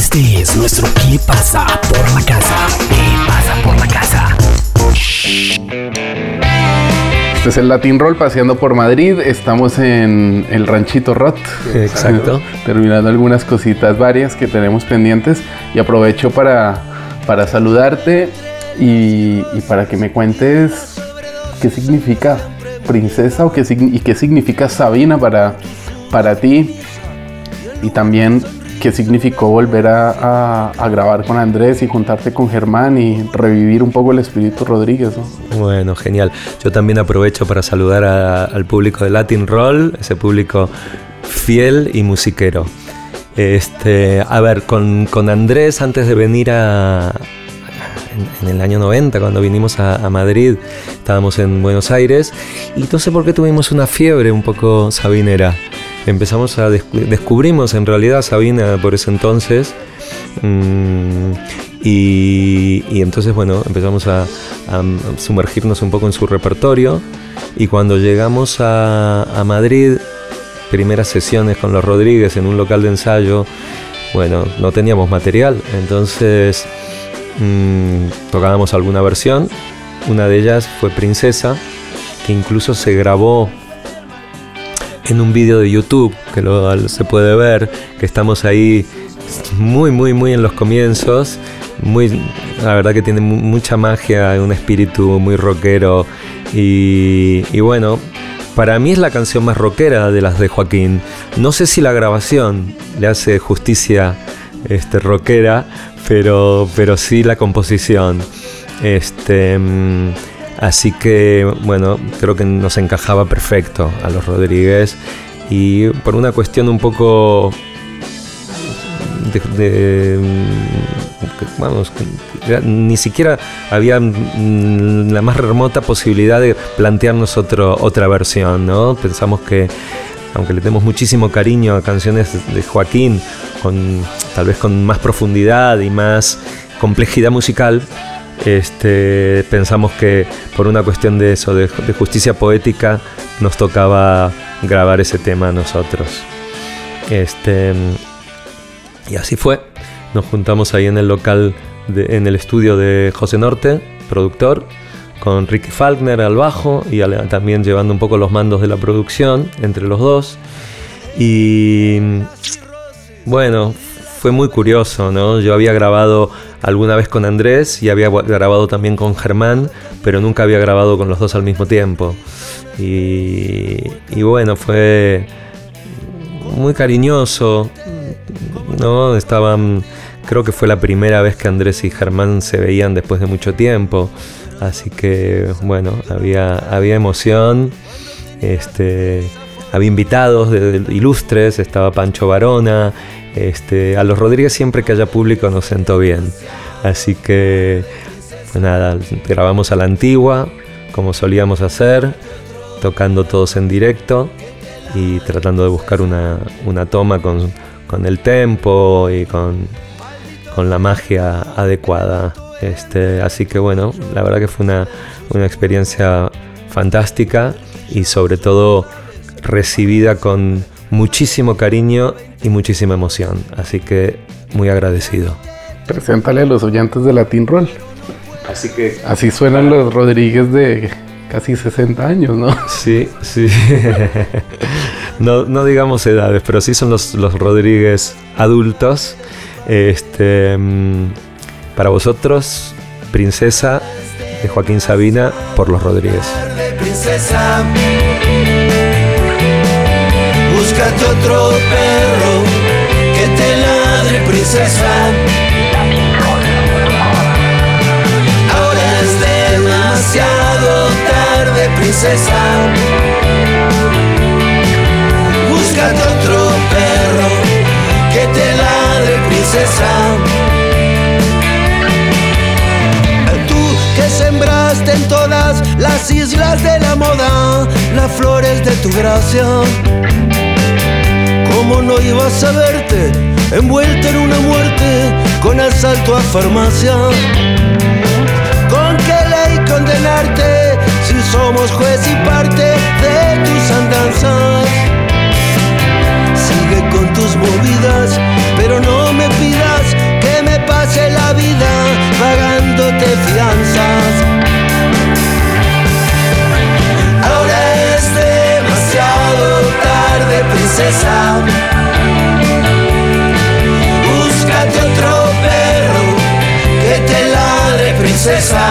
Este es nuestro ¿Qué pasa por la casa? ¿Qué pasa por la casa? Este es el Latin Roll paseando por Madrid. Estamos en el Ranchito Rot. Exacto. Terminando algunas cositas varias que tenemos pendientes. Y aprovecho para saludarte y para que me cuentes qué significa princesa y qué significa Sabina para ti. Y también qué significó volver a grabar con Andrés y juntarte con Germán y revivir un poco el espíritu Rodríguez, ¿no? Bueno, genial. Yo también aprovecho para saludar al público de Latin Roll, ese público fiel y musiquero. A ver, con Andrés, antes de venir en el año 90, cuando vinimos a Madrid, estábamos en Buenos Aires y no sé por qué tuvimos una fiebre un poco sabinera. Empezamos descubrimos en realidad a Sabina por ese entonces y entonces bueno, empezamos a sumergirnos un poco en su repertorio y cuando llegamos a Madrid, primeras sesiones con los Rodríguez en un local de ensayo, bueno, no teníamos material, entonces tocábamos alguna versión, una de ellas fue Princesa, que incluso se grabó en un vídeo de YouTube que se puede ver, que estamos ahí muy en los comienzos, la verdad que tiene mucha magia, un espíritu muy rockero y bueno, para mí es la canción más rockera de las de Joaquín. No sé si la grabación le hace justicia rockera, pero sí la composición. Así que, bueno, creo que nos encajaba perfecto a los Rodríguez y por una cuestión un poco ni siquiera había la más remota posibilidad de plantearnos otra versión, ¿no? Pensamos que, aunque le tenemos muchísimo cariño a canciones de Joaquín, tal vez con más profundidad y más complejidad musical, pensamos que por una cuestión de eso, de justicia poética, nos tocaba grabar ese tema a nosotros. Y así fue. Nos juntamos ahí en el local, en el estudio de José Norte, productor, con Ricky Falkner al bajo y también llevando un poco los mandos de la producción entre los dos. Y bueno, fue muy curioso, ¿no? Yo había grabado alguna vez con Andrés y había grabado también con Germán, pero nunca había grabado con los dos al mismo tiempo. Y bueno, fue muy cariñoso, ¿no? Creo que fue la primera vez que Andrés y Germán se veían después de mucho tiempo. Así que, bueno, había emoción. Había invitados ilustres, estaba Pancho Varona. A los Rodríguez siempre que haya público nos sentó bien. Así que, pues nada, grabamos a la antigua, como solíamos hacer, tocando todos en directo y tratando de buscar una toma con el tempo y con la magia adecuada. Así que bueno, la verdad que fue una experiencia fantástica y sobre todo recibida con muchísimo cariño y muchísima emoción, así que muy agradecido. Preséntale a los oyentes de Latin Roll. Así suenan los Rodríguez de casi 60 años, ¿no? Sí. No digamos edades, pero sí son los Rodríguez adultos. Para vosotros, Princesa de Joaquín Sabina por los Rodríguez. Princesa, búscate otro perro que te ladre, princesa. Ahora es demasiado tarde, princesa. Búscate otro perro que te ladre, princesa. Tú que sembraste en todas las islas de la moda las flores de tu gracia, ¿cómo no ibas a verte envuelta en una muerte con asalto a farmacia? ¿Con qué ley condenarte si somos juez y parte de tus andanzas? Sigue con tus movidas, pero no me pidas necesario.